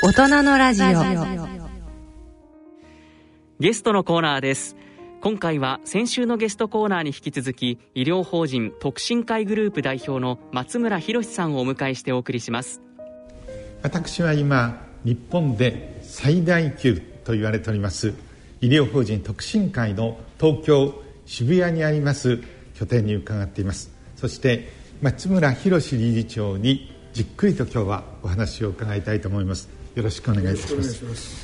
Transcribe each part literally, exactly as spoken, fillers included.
大人のラジオ。 ゲストのコーナーです。今回は先週のゲストコーナーに引き続き、医療法人徳進会グループ代表の松村博さんをお迎えしてお送りします。 私は今日本で最大級と言われております医療法人徳進会の東京渋谷にあります拠点に伺っています。そして松村博理事長にじっくりと今日はお話を伺いたいと思います。よろしくお願いいたします。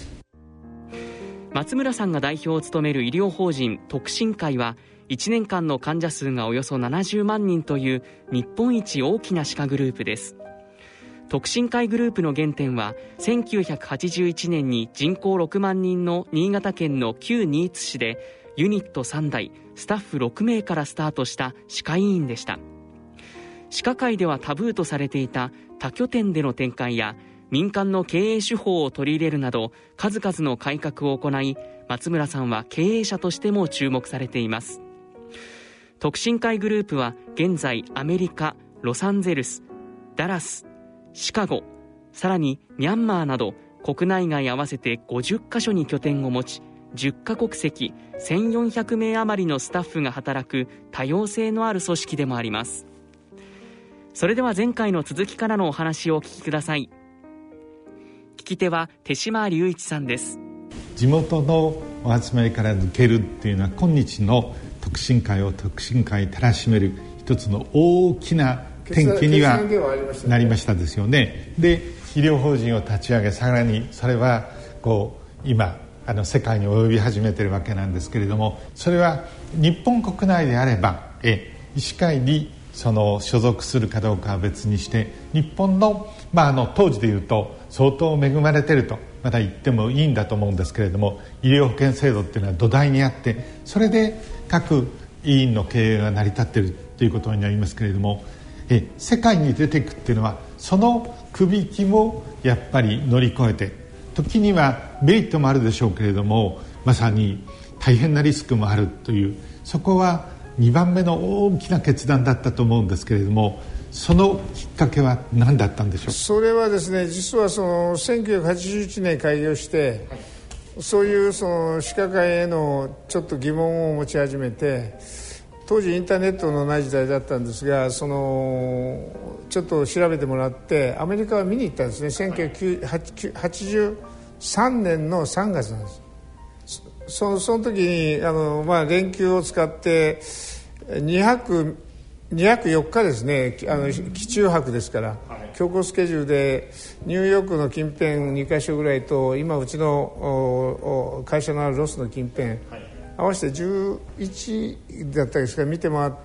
松村さんが代表を務める医療法人徳進会はいちねんかんの患者数がおよそななじゅうまんにんという日本一大きな歯科グループです。徳進会グループの原点はせんきゅうひゃくはちじゅういちねんに人口ろくまんにんの新潟県の旧新津市でユニットさんだいスタッフろくめいからスタートした歯科医院でした。歯科界ではタブーとされていた多拠点での展開や民間の経営手法を取り入れるなど数々の改革を行い、松村さんは経営者としても注目されています。徳進会グループは現在アメリカ、ロサンゼルス、ダラス、シカゴ、さらにミャンマーなど国内外合わせてごじゅっかしょに拠点を持ち、じゅっかこくせきせんよんひゃくめい余りのスタッフが働く多様性のある組織でもあります。それでは前回の続きからのお話をお聞きください。聞き手は手島隆一さんです。 地元のお集まりから抜けるっていうのは今日の徳進会を徳進会たらしめる一つの大きな転機にはなりましたですよね。で、医療法人を立ち上げ、さらにそれはこう今あの世界に及び始めているわけなんですけれども、それは日本国内であればえ医師会にその所属するかどうかは別にして、日本の、まあ、あの当時でいうと相当恵まれているとまだ言ってもいいんだと思うんですけれども、医療保険制度っていうのは土台にあって、それで各医院の経営が成り立っているということになりますけれども、え世界に出ていくっていうのはそのくびきもやっぱり乗り越えて、時にはメリットもあるでしょうけれども、まさに大変なリスクもあるという、そこはにばんめの大きな決断だったと思うんですけれども、そのきっかけは何だったんでしょうか。 それはですね、実はそのせんきゅうひゃくはちじゅういちねん開業して、はい、そういうその歯科界へのちょっと疑問を持ち始めて、当時インターネットのない時代だったんですが、そのちょっと調べてもらってアメリカは見に行ったんですね。せんきゅうひゃくはちじゅうさんねんのさんがつなんです。そ, その時にあの、まあ、連休を使ってにはくよっかですね、あの期中泊ですから、はい、強行スケジュールでニューヨークの近辺にかしょぐらいと、今うちの会社のあるロスの近辺、はい、合わせてじゅういちだったですから見て回って、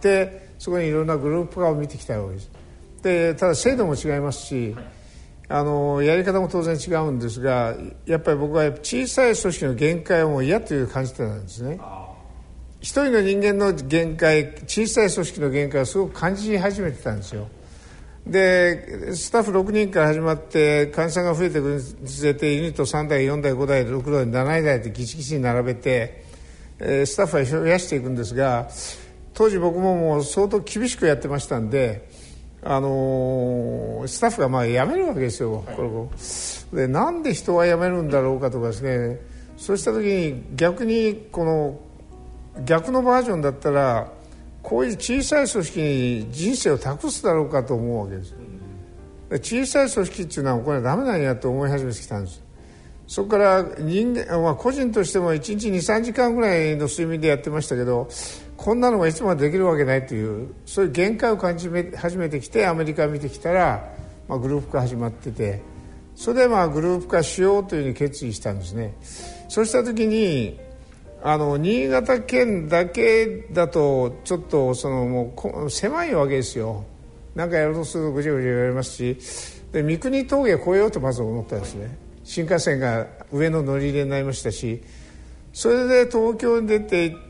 そこにいろんなグループ化を見てきたわけです。でただ制度も違いますし、はい、あのやり方も当然違うんですが、やっぱり僕は小さい組織の限界をもう嫌という感じてたんですね。一人の人間の限界、小さい組織の限界をすごく感じ始めてたんですよ。でスタッフろくにんから始まって患者さんが増えてくるにつれて、ユニットさんだいよんだいごだいろくだいなないだいってギチギチに並べて、えー、スタッフは増やしていくんですが、当時僕ももう相当厳しくやってましたんで、あのー、スタッフがまあ辞めるわけですよ、はい、これでなんで人は辞めるんだろうかとかですね、そうした時に逆にこの逆のバージョンだったらこういう小さい組織に人生を託すだろうかと思うわけです。小さい組織っていうのはこれはダメなんやと思い始めてきたんです。そこから人間、まあ、個人としてもいちにちにさんじかんぐらいの睡眠でやってましたけど、こんなのがいつまでできるわけないという、そういう限界を感じ始めてきて、アメリカを見てきたら、まあ、グループ化始まってて、それでまあグループ化しようというふうに決意したんですね。そうした時にあの新潟県だけだとちょっとそのもう狭いわけですよ。なんかやろうとするとぐちゃぐちゃ言われますし、で三国峠を越えようとまず思ったんですね。新幹線が上の乗り入れになりましたし、それで東京に出て行って、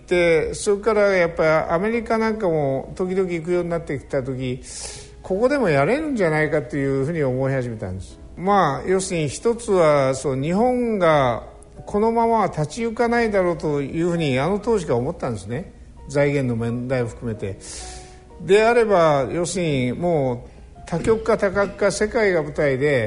それからやっぱりアメリカなんかも時々行くようになってきた時、ここでもやれるんじゃないかというふうに思い始めたんです。まあ要するに一つはそう日本がこのままは立ち行かないだろうというふうにあの当時から思ったんですね。財源の問題を含めてであれば、要するにもう多極化多角化、世界が舞台で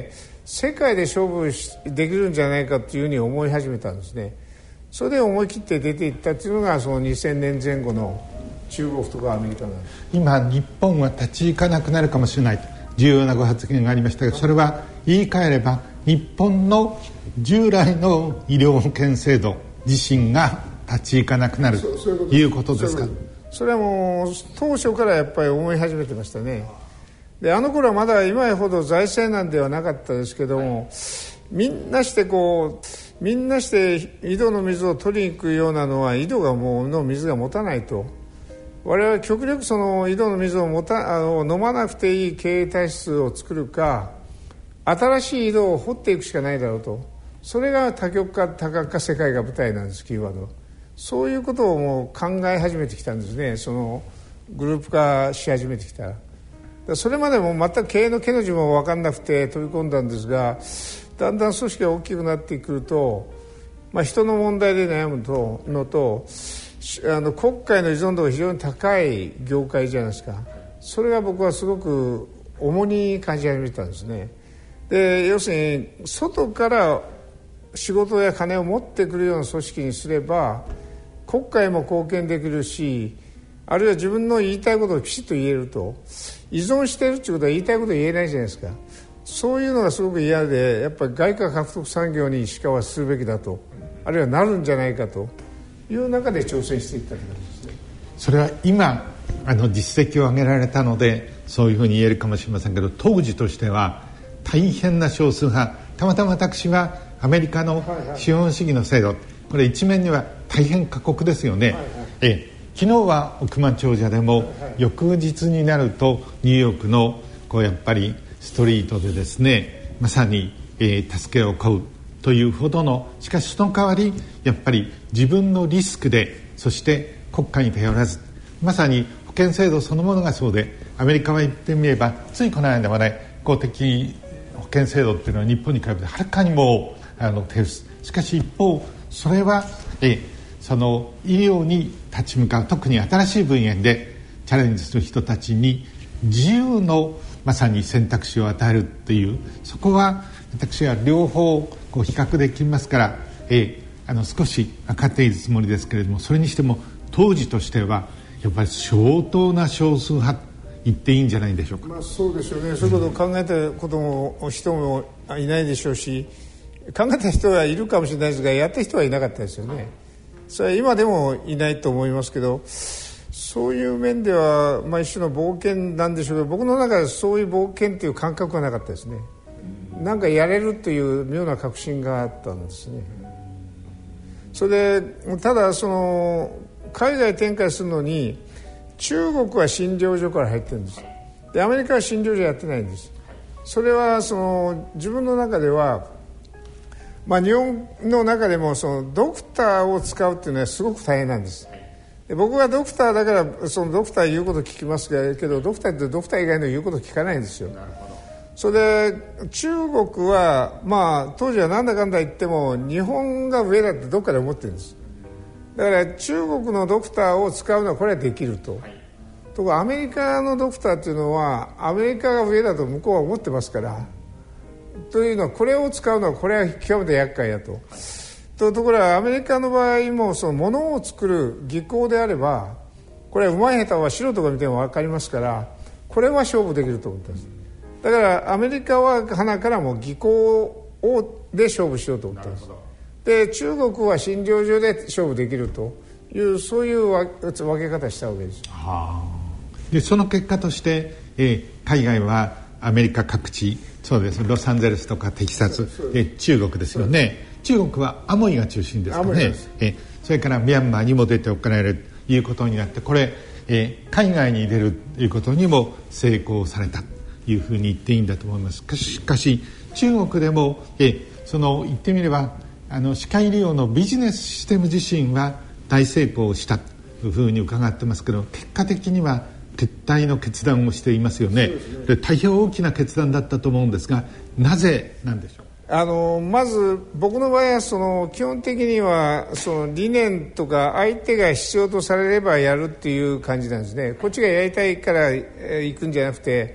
世界で勝負できるんじゃないかというふうに思い始めたんですね。それで思い切って出ていったというのがそのにせんねんぜん後の中国とかアメリカなんです。 今日本は立ち行かなくなるかもしれないと重要なご発言がありましたが、それは言い換えれば日本の従来の医療保険制度自身が立ち行かなくなるということですか。 それはもう当初からやっぱり思い始めてましたね。であの頃はまだ今ほど財政難ではなかったですけども、みんなしてこうみんなして井戸の水を取りに行くようなのは井戸がもうの水が持たないと、我々は極力その井戸の水を持たあの飲まなくていい経営体質を作るか、新しい井戸を掘っていくしかないだろうと。それが多極化多角化世界が舞台なんです。キーワード、そういうことをもう考え始めてきたんですね。そのグループ化し始めてきた。それまでも全く経営の毛の字も分かんなくて飛び込んだんですが、だんだん組織が大きくなってくると、まあ、人の問題で悩むとのとあの国家への依存度が非常に高い業界じゃないですか。それが僕はすごく重に感じ始めたんですね。で要するに外から仕事や金を持ってくるような組織にすれば国家へも貢献できるし、あるいは自分の言いたいことをきちっと言えると。依存しているということは言いたいことを言えないじゃないですか。そういうのがすごく嫌で、やっぱり外貨獲得産業に石川はするべきだと、あるいはなるんじゃないかという中で挑戦していったという感じですね。 それは今あの実績を上げられたのでそういうふうに言えるかもしれませんけど、当時としては大変な少数派、たまたま私はアメリカの資本主義の制度、これ一面には大変過酷ですよね、はいはい、え昨日は億万長者でも、はいはい、翌日になるとニューヨークのこうやっぱりストリートでですね、まさに、えー、助けを請うというほどの、しかしその代わりやっぱり自分のリスクで、そして国家に頼らず、まさに保険制度そのものがそうで、アメリカは言ってみればついこの間まで公的保険制度っていうのは日本に比べてはるかにもあの手薄。しかし一方それは、えー、その医療に立ち向かう、特に新しい分野でチャレンジする人たちに自由のまさに選択肢を与えるっていう、そこは私は両方こう比較できますから、えー、あの少し分かっているつもりですけれども、それにしても当時としてはやっぱり相当な少数派言っていいんじゃないでしょうか。 まあ、そうでしょうね。そういうことを考えたことも人もいないでしょうし、考えた人はいるかもしれないですが、やった人はいなかったですよね。それは今でもいないと思いますけど、そういう面では、まあ、一種の冒険なんでしょうけど、僕の中でそういう冒険という感覚はなかったですね。なんかやれるという妙な確信があったんですね。それでただその海外展開するのに中国は診療所から入ってるんです。でアメリカは診療所やってないんです。それはその自分の中では、まあ、日本の中でもそのドクターを使うっていうのはすごく大変なんです。で僕はドクターだからそのドクター言うこと聞きますけど、ドクターってドクター以外の言うこと聞かないんですよ。なるほど。それで中国は、まあ、当時はなんだかんだ言っても日本が上だってどっかで思ってるんです。だから中国のドクターを使うのはこれはできると、はい、ところがアメリカのドクターっていうのはアメリカが上だと向こうは思ってますから、というのはこれを使うのはこれは極めて厄介だと、はい、と, ところがアメリカの場合もその物を作る技工であれば、これはうまい下手は素人が見ても分かりますから、これは勝負できると思ってます。だからアメリカは鼻からも技工をで勝負しようと思ってます。で中国は診療所で勝負できるという、そういう分け方したわけです。 はあ、でその結果として、えー、海外はアメリカ各地、そうです、ロサンゼルスとかテキサス、えー、中国ですよね。中国はアモイが中心ですかね。えー、それからミャンマーにも出ておかれるということになって、これ、えー、海外に出るということにも成功されたというふうに言っていいんだと思います。しかし中国でも、えー、その言ってみればあの歯科医療のビジネスシステム自身は大成功したというふうに伺ってますけど、結果的には撤退の決断をしていますよね。で大変大きな決断だったと思うんですが、なぜなんでしょう。 あのまず僕の場合はその基本的にはその理念とか相手が必要とされればやるっていう感じなんですね。こっちがやりたいから行くんじゃなくて、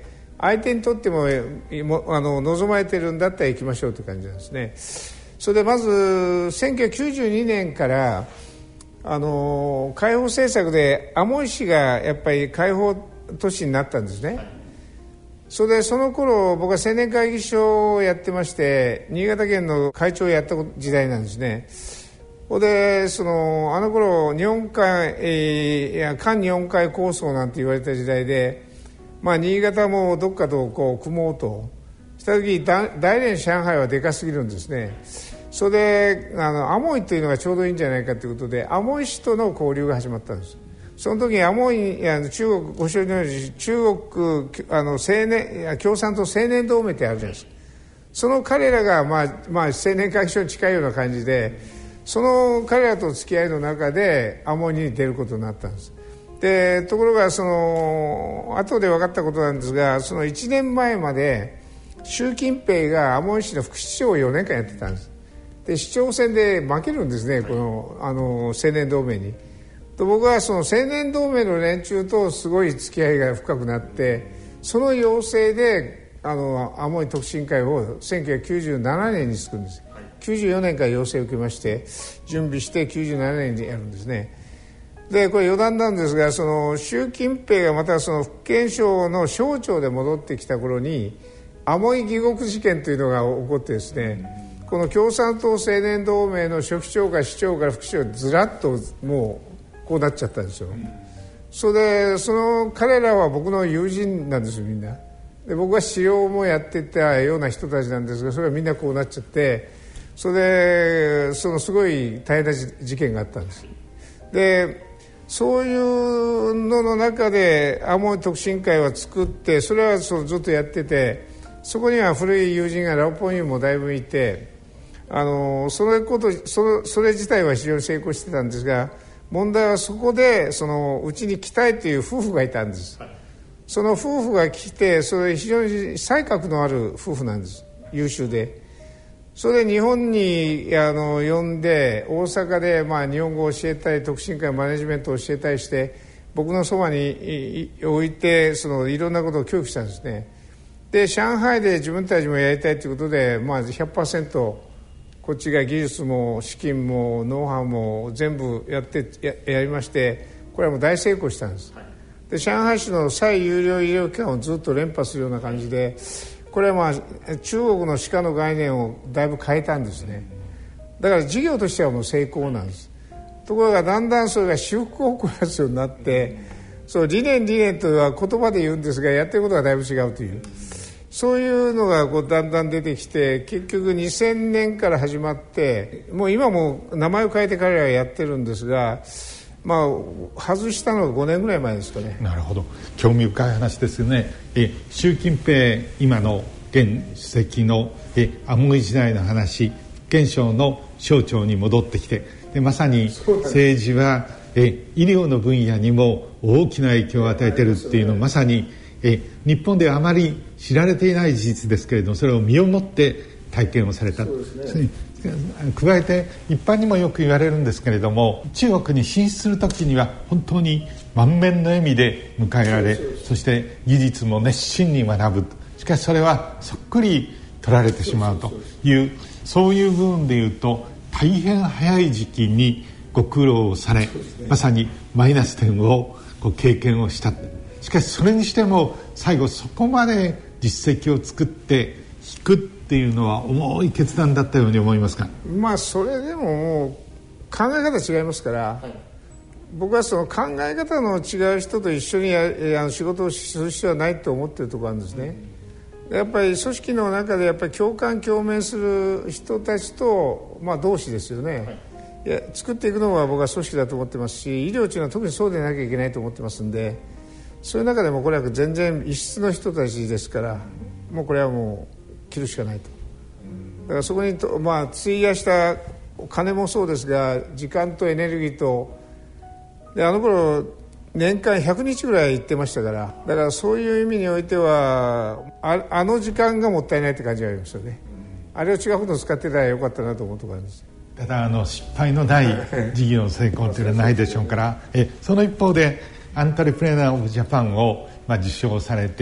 相手にとってもあの望まれているんだったら行きましょうという感じなんですね。それでまずせんきゅうひゃくきゅうじゅうにねんからあの開放政策でアモイ市がやっぱり開放都市になったんですね。それでその頃僕は青年会議所をやってまして、新潟県の会長をやった時代なんですね。それでそのあの頃日本海、えー、いや環日本海構想なんて言われた時代で、まあ、新潟もどっかとこう組もうとした時、大連上海はでかすぎるんですね。それであのアモイというのがちょうどいいんじゃないかということで、アモイ市との交流が始まったんです。その時にアモイあの中国ご承知のように中国あの青年共産党青年同盟ってあるじゃないですか。その彼らが、まあまあ、青年会議所に近いような感じで、その彼らと付き合いの中でアモイに出ることになったんです。でところがその後で分かったことなんですが、そのいちねんまえまで習近平がアモイ市の副市長をよねんかんやってたんです。で市長選で負けるんですね、この、あの青年同盟に。と僕はその青年同盟の連中とすごい付き合いが深くなって、その要請であのアモイ特進会をせんきゅうひゃくきゅうじゅうななねんに作るんです。きゅうじゅうよねんから要請を受けまして準備してきゅうじゅうななねんにやるんですね。でこれ余談なんですが、その習近平がまたその福建省の省長で戻ってきた頃にアモイ義国事件というのが起こってですね、この共産党青年同盟の書記長から市長から副市長ずらっともうこうなっちゃったんですよ。それでその彼らは僕の友人なんですよ、みんな。で僕は使用もやってたような人たちなんですが、それはみんなこうなっちゃって、それでそのすごい大変な事件があったんです。でそういうのの中でアモイ特進会は作って、それはそのずっとやってて、そこには古い友人がラオポンユもだいぶいて、あのそれことそれ、それ自体は非常に成功してたんですが、問題はそこでそのうちに来たいという夫婦がいたんです。その夫婦が来て、それ非常に才覚のある夫婦なんです、優秀で。それで日本にあの呼んで、大阪でまあ日本語を教えたり特進会マネジメントを教えたりして、僕のそばに置いてそのいろんなことを教育したんですね。で上海で自分たちもやりたいということで、まあ、ひゃくパーセントこっちが技術も資金もノウハウも全部やってや, やりまして、これはもう大成功したんです。で上海市の最有料医療機関をずっと連覇するような感じで、これはまあ中国の歯科の概念をだいぶ変えたんですね。だから事業としてはもう成功なんです。ところがだんだんそれが私腹を肥やすようになって、そう理念理念とは言葉で言うんですが、やってることがだいぶ違うという、そういうのがこうだんだん出てきて、結局にせんねんから始まって、もう今も名前を変えて彼らがやってるんですが、まあ外したのがごねんぐらい前ですかね。 なるほど、興味深い話ですよね。え習近平今の現主席のえアモイ時代の話、福建省の省庁に戻ってきて、でまさに政治はえ医療の分野にも大きな影響を与えているっていうのを、まさにえ日本ではあまり知られていない事実ですけれども、それを身をもって体験をされた。そうですね。加えて一般にもよく言われるんですけれども、中国に進出するときには本当に満面の笑みで迎えられ、そして技術も熱心に学ぶ。しかしそれはそっくり取られてしまうという、そういう部分でいうと大変早い時期にご苦労をされ、まさにマイナス点をこう経験をした。しかしそれにしても最後そこまで実績を作って引くっていうのは重い決断だったように思いますが、 まあそれでももう考え方違いますから、はい、僕はその考え方の違う人と一緒にやあの仕事をする必要はないと思っているところなんですね。やっぱり組織の中でやっぱり共感共鳴する人たちと、まあ、同志ですよね、はい、いや作っていくのが僕は組織だと思ってますし、医療というのは特にそうでなきゃいけないと思ってますんで、そういう中でもこれは全然異質の人たちですから、もうこれはもう切るしかないと。だからそこにと、まあ、費やした金もそうですが、時間とエネルギーと、であの頃年間ひゃくにちぐらい行ってましたから、だからそういう意味においては あ, あの時間がもったいないって感じがありますよね。あれを違うことを使ってたらよかったなと思うところなんです。 ただあの失敗のない事業の成功というのはないでしょうからえその一方でアントレプレナー・オブ・ジャパンを、まあ、受賞されて、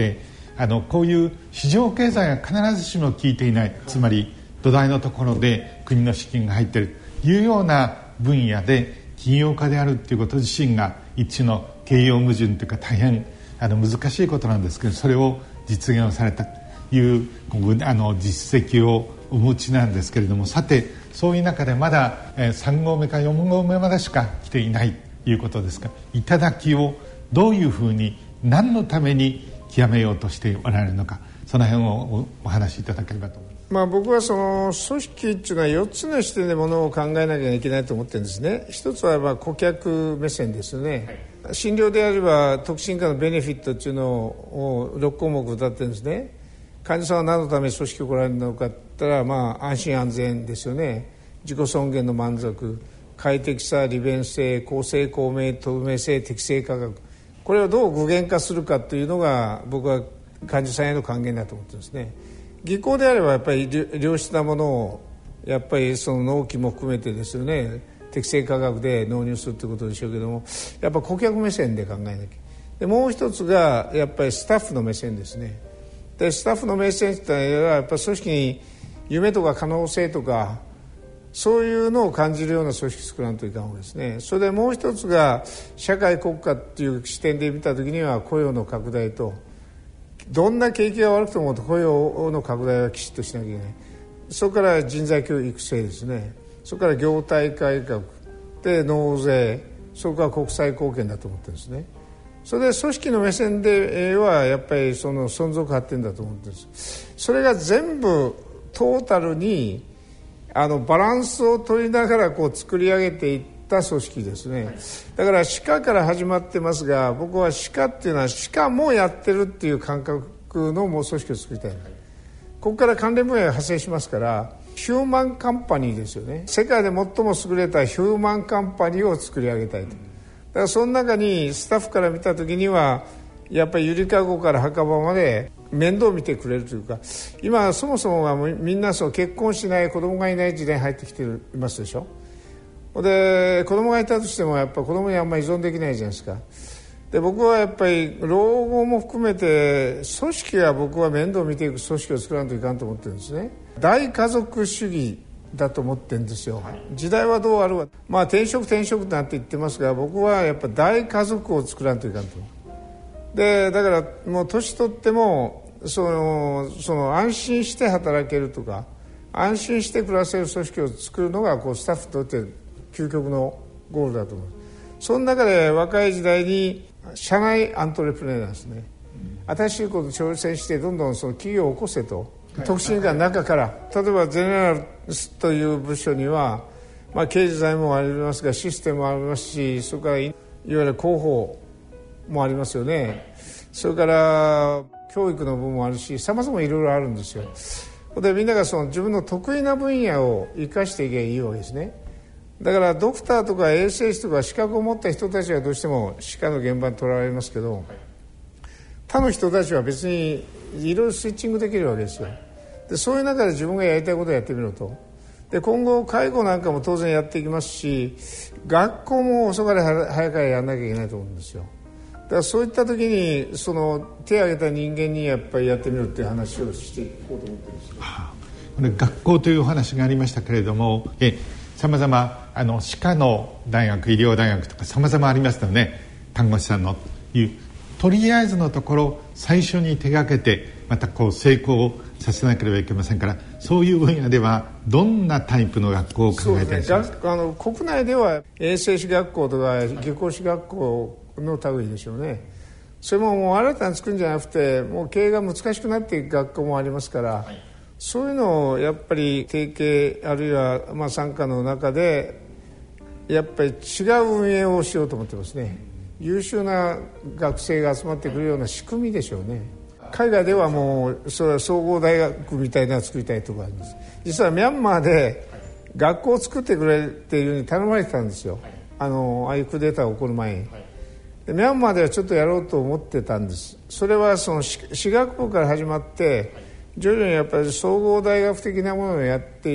あのこういう市場経済が必ずしも効いていない、つまり土台のところで国の資金が入っているというような分野で起業家であるということ自身が一種の形容矛盾というか大変あの難しいことなんですけど、それを実現をされたというあの実績をお持ちなんですけれども、さてそういう中でまだ、えー、さん号目かよん号目までしか来ていないということですが、頂きをどういうふうに何のために極めようとしておられるのか、その辺を お, お話しいただければと思います。 まあ、僕はその組織っていうのはよっつの視点でものを考えなきゃいけないと思ってるんですね。一つはまあ顧客目線ですよね、はい、診療であれば特進化のベネフィットっていうのをろっこうもく歌ってるんですね。患者さんは何のために組織を来られるのかって言ったら、まあ、安心安全ですよね。自己尊厳の満足、快適さ、利便性、公正公明透明性、適正価格、これをどう具現化するかというのが僕は患者さんへの還元だと思ってるんですね。技巧であればやっぱり良質なものをやっぱりその納期も含めてですよね、適正価格で納入するということでしょうけども、やっぱ顧客目線で考えなきゃ。でもう一つがやっぱりスタッフの目線ですね。でスタッフの目線というのはやっぱり組織に夢とか可能性とかそういうのを感じるような組織作らんといかんわけですね。それでもう一つが社会国家っていう視点で見たときには雇用の拡大と、どんな景気が悪くても雇用の拡大はきちっとしなきゃいけない。それから人材教育育成ですね。それから業態改革で納税、それから国際貢献だと思ってるんですね。それで組織の目線ではやっぱりその存続発展だと思ってるんです。それが全部トータルにあのバランスを取りながらこう作り上げていった組織ですね。だから歯科から始まってますが、僕は歯科っていうのは歯科もやってるっていう感覚のもう組織を作りたい。ここから関連分野が派生しますから、ヒューマンカンパニーですよね。世界で最も優れたヒューマンカンパニーを作り上げたいと。だからその中にスタッフから見た時にはやっぱりゆりかごから墓場まで面倒見てくれるというか、今そもそもがみんなそう結婚しない子供がいない時代に入ってきていますでしょ。で子供がいたとしてもやっぱ子供にあんまり依存できないじゃないですか。で僕はやっぱり老後も含めて組織は僕は面倒見ていく組織を作らんといかんと思ってるんですね。大家族主義だと思ってるんですよ、はい、時代はどうあるわ、まあ転職転職なんて言ってますが、僕はやっぱ大家族を作らんといかんと。でだからもう年取ってもそのその安心して働けるとか安心して暮らせる組織を作るのがこうスタッフにとって究極のゴールだと思う。その中で若い時代に社内アントレプレーナーですね、新しいことに挑戦してどんどんその企業を起こせと、特進化の中から例えばゼネラルという部署には、まあ、経済財務もありますがシステムもありますし、それからいわゆる広報もありますよね。それから教育の部分もあるし、さまざまいろいろあるんですよ。でみんながその自分の得意な分野を生かしていけばいいわけですね。だからドクターとか衛生士とか資格を持った人たちはどうしても歯科の現場に取られますけど、他の人たちは別にいろいろスイッチングできるわけですよ。でそういう中で自分がやりたいことをやってみろと。で今後介護なんかも当然やっていきますし、学校も遅かれ早かれやらなきゃいけないと思うんですよ。だからそういった時にその手を挙げた人間にやっぱりやってみろっていう話をしていこうと思ってるんですよ。はあ、 これ学校というお話がありましたけれども、えさまざまあの歯科の大学、医療大学とかさまざまありますよね。看護師さんのいうとりあえずのところ最初に手がけてまたこう成功させなければいけませんから、そういう分野ではどんなタイプの学校を考えていらっしゃいますか。 あの国内では衛生士学校とか技工士学校の類でしょうね。それももう新たに作るんじゃなくて、もう経営が難しくなっていく学校もありますから、はい、そういうのをやっぱり提携あるいはまあ傘下の中でやっぱり違う運営をしようと思ってますね。優秀な学生が集まってくるような仕組みでしょうね。海外ではもうそれは総合大学みたいなのを作りたいところがあります。実はミャンマーで学校を作ってくれっていうふうに頼まれてたんですよ。あのああいうクーデターが起こる前に。でミャンマーではちょっとやろうと思ってたんです。それはその歯学部から始まって徐々にやっぱり総合大学的なものをやっていって、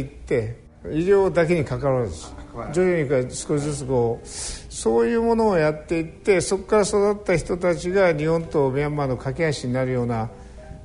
医療だけに関わらず徐々に少しずつこうそういうものをやっていって、そこから育った人たちが日本とミャンマーの架け橋になるような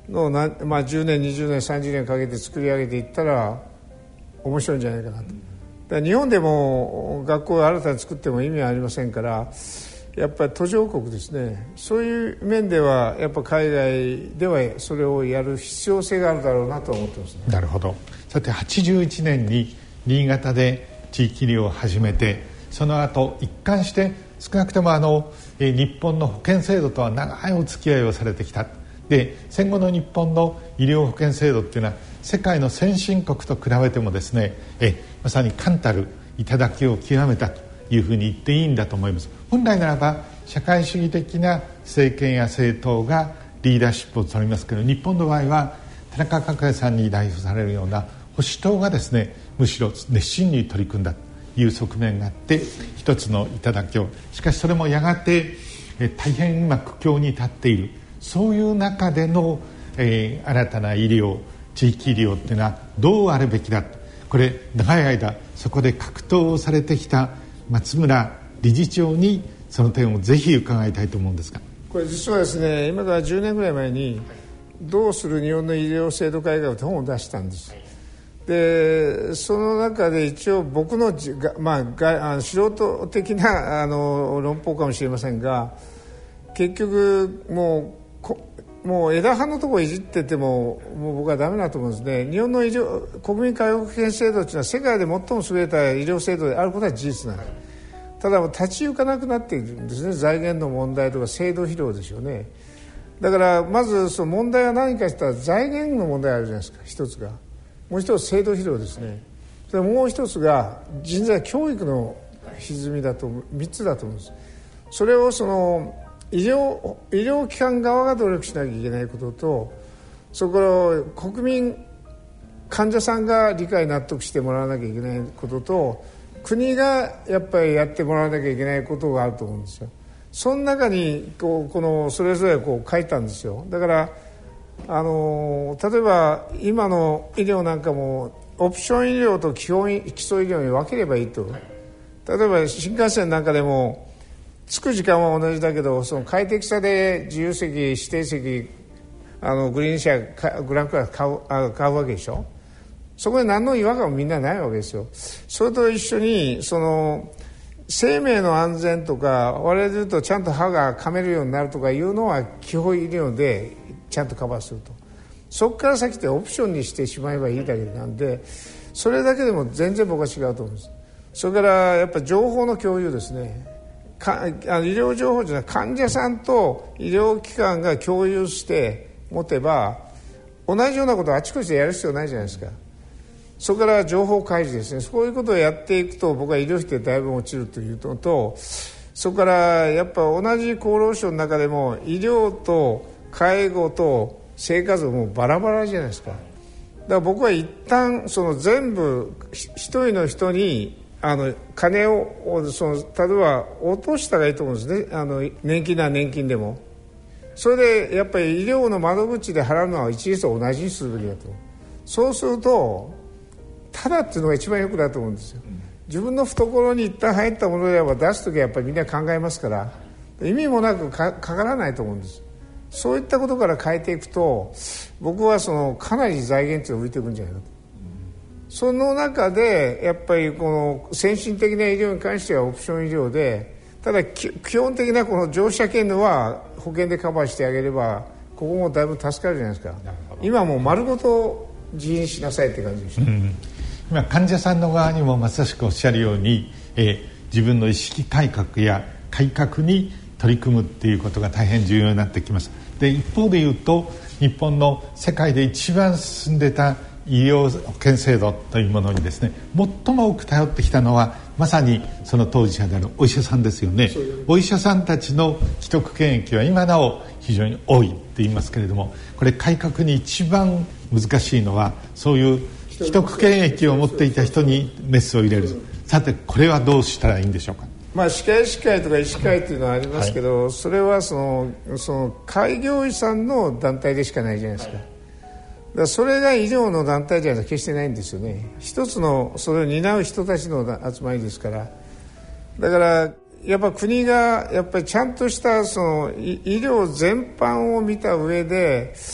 のな、まあ、じゅうねんにじゅうねんさんじゅうねんかけて作り上げていったら面白いんじゃないかなと。だから日本でも学校を新たに作っても意味はありませんから、やっぱり途上国ですね、そういう面ではやっぱ海外ではそれをやる必要性があるだろうなと思ってますね。 なるほど。さてはちじゅういちねんに新潟で地域医療を始めて、その後一貫して少なくともあの日本の保険制度とは長いお付き合いをされてきた。で戦後の日本の医療保険制度っていうのは世界の先進国と比べてもですね、えまさに冠たる頂を極めたというふうに言っていいんだと思います。本来ならば社会主義的な政権や政党がリーダーシップを取りますけど、日本の場合は田中角栄さんに代表されるような保守党がですね、むしろ熱心に取り組んだという側面があって、一つの頂を、しかしそれもやがてえ大変今苦境に立っている、そういう中での、えー、新たな医療、地域医療っていうのはどうあるべきだ、これ長い間そこで格闘をされてきた松村理事長にその点をぜひ伺いたいと思うんですが。 これ実はですね、今からじゅうねんぐらい前にどうする日本の医療制度改革という本を出したんです。でその中で一応僕の、まあ、があの素人的なあの論法かもしれませんが、結局もうこもう枝葉のところをいじっててももう僕はダメだと思うんですね。日本の医療国民皆保険制度というのは世界で最も優れた医療制度であることは事実なんです。ただ立ち行かなくなっているんですね。財源の問題とか制度疲労でしょうね。だからまずその問題は何かしたら財源の問題あるじゃないですか、一つが。もう一つ制度疲労ですね。それもう一つが人材教育の歪みだと、みっつだと思うんです。それをその医療、医療機関側が努力しなきゃいけないことと、そこを国民患者さんが理解納得してもらわなきゃいけないことと、国がやっぱりやってもらわなきゃいけないことがあると思うんですよ。その中にこうこのそれぞれこう書いたんですよ。だからあの例えば今の医療なんかもオプション医療と基本基礎医療に分ければいいと。例えば新幹線なんかでも着く時間は同じだけど、その快適さで自由席、指定席、あのグリーン車、グランクラス買う、あ買うわけでしょ。そこで何の違和感もみんなないわけですよ。それと一緒にその生命の安全とか、我々で言うとちゃんと歯が噛めるようになるとかいうのは基本医療でちゃんとカバーすると。そこから先ってオプションにしてしまえばいいだけなんで、それだけでも全然僕は違うと思うんです。それからやっぱり情報の共有ですね。かあの医療情報じゃない、患者さんと医療機関が共有して持てば、同じようなことをあちこちでやる必要ないじゃないですか。そこから情報開示ですね。そういうことをやっていくと、僕は医療費ってだいぶ落ちるというのと、そこからやっぱ同じ厚労省の中でも医療と介護と生活もバラバラじゃないですか。だから僕は一旦その全部一人の人にあの金をその例えば落としたらいいと思うんですね。あの年金なら年金でも。それでやっぱり医療の窓口で払うのは一律と同じにするべきだと。そうするとただっていうのが一番よくだと思うんですよ。自分の懐に一旦入ったものであれば出すときはやっぱりみんな考えますから、意味もなく か, かからないと思うんです。そういったことから変えていくと、僕はそのかなり財源っていうのが浮いていくんじゃないかと。その中でやっぱりこの先進的な医療に関してはオプション医療で、ただ基本的なこの乗車券のは保険でカバーしてあげれば、ここもだいぶ助かるじゃないですか。今もう丸ごと自費しなさいって感じでした、うん、 今患者さんの側にもまさしくおっしゃるように、えー、自分の意識改革や改革に取り組むっていうことが大変重要になってきます。で一方で言うと、日本の世界で一番進んでた医療保険制度というものにですね、最も多く頼ってきたのはまさにその当事者であるお医者さんですよね。お医者さんたちの既得権益は今なお非常に多いって言いますけれども、これ改革に一番難しいのはそういう既得権益を持っていた人にメスを入れる。さてこれはどうしたらいいんでしょうか。 まあ、歯科医師会とか医師会というのはありますけど、はい、それはその、その開業医さんの団体でしかないじゃないですか。だからそれが医療の団体じゃ決してないんですよね。一つのそれを担う人たちの集まりですから。だからやっぱ国がやっぱりちゃんとしたその医療全般を見た上で、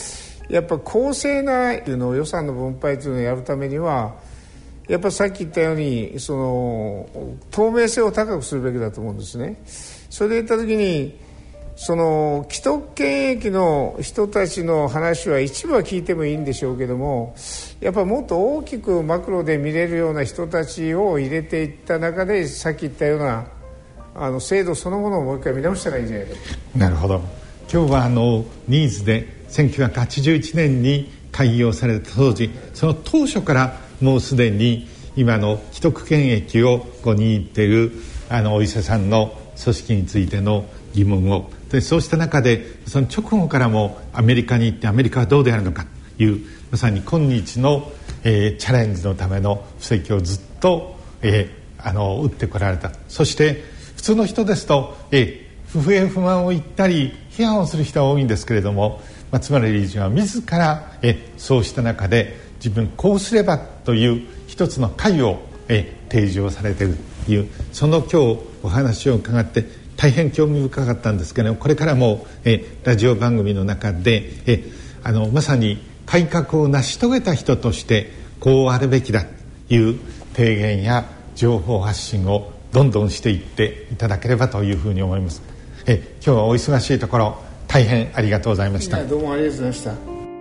やっぱ公正なっていうのを予算の分配というのをやるためにはやっぱさっき言ったようにその透明性を高くするべきだと思うんですね。それで言った時にその既得権益の人たちの話は一部は聞いてもいいんでしょうけども、やっぱもっと大きくマクロで見れるような人たちを入れていった中でさっき言ったようなあの制度そのものをもう一回見直したらいいんじゃないかと。 なるほど。今日はあのニーズでせんきゅうひゃくはちじゅういちねんに開業された当時、その当初からもうすでに今の既得権益をこう握っているあのお医者さんの組織についての疑問を、でそうした中でその直後からもアメリカに行ってアメリカはどうであるのかというまさに今日の、えー、チャレンジのための布石をずっと、えー、あの打ってこられた。そして普通の人ですと、えー、不平不満を言ったり批判をする人は多いんですけれども、松村理事は自ら、えー、そうした中で自分こうすればという一つの解を、えー、提示をされているという、その今日お話を伺って大変興味深かったんですけど、これからもえラジオ番組の中でえあのまさに改革を成し遂げた人としてこうあるべきだという提言や情報発信をどんどんしていっていただければというふうに思います。え今日はお忙しいところ大変ありがとうございました。 どうもありがとうございました。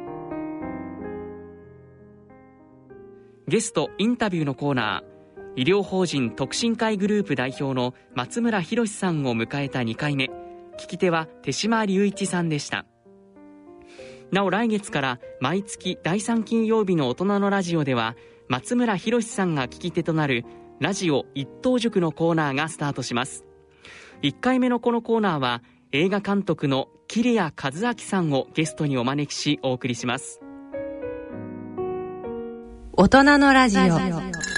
ゲストインタビューのコーナー、医療法人徳進会グループ代表の松村博さんを迎えたにかいめ、聞き手は手島隆一さんでした。なお来月から毎月だいさん金曜日の大人のラジオでは松村博さんが聞き手となるラジオ一等塾のコーナーがスタートします。いっかいめのこのコーナーは映画監督の桐谷和明さんをゲストにお招きしお送りします。 大人のラジオ。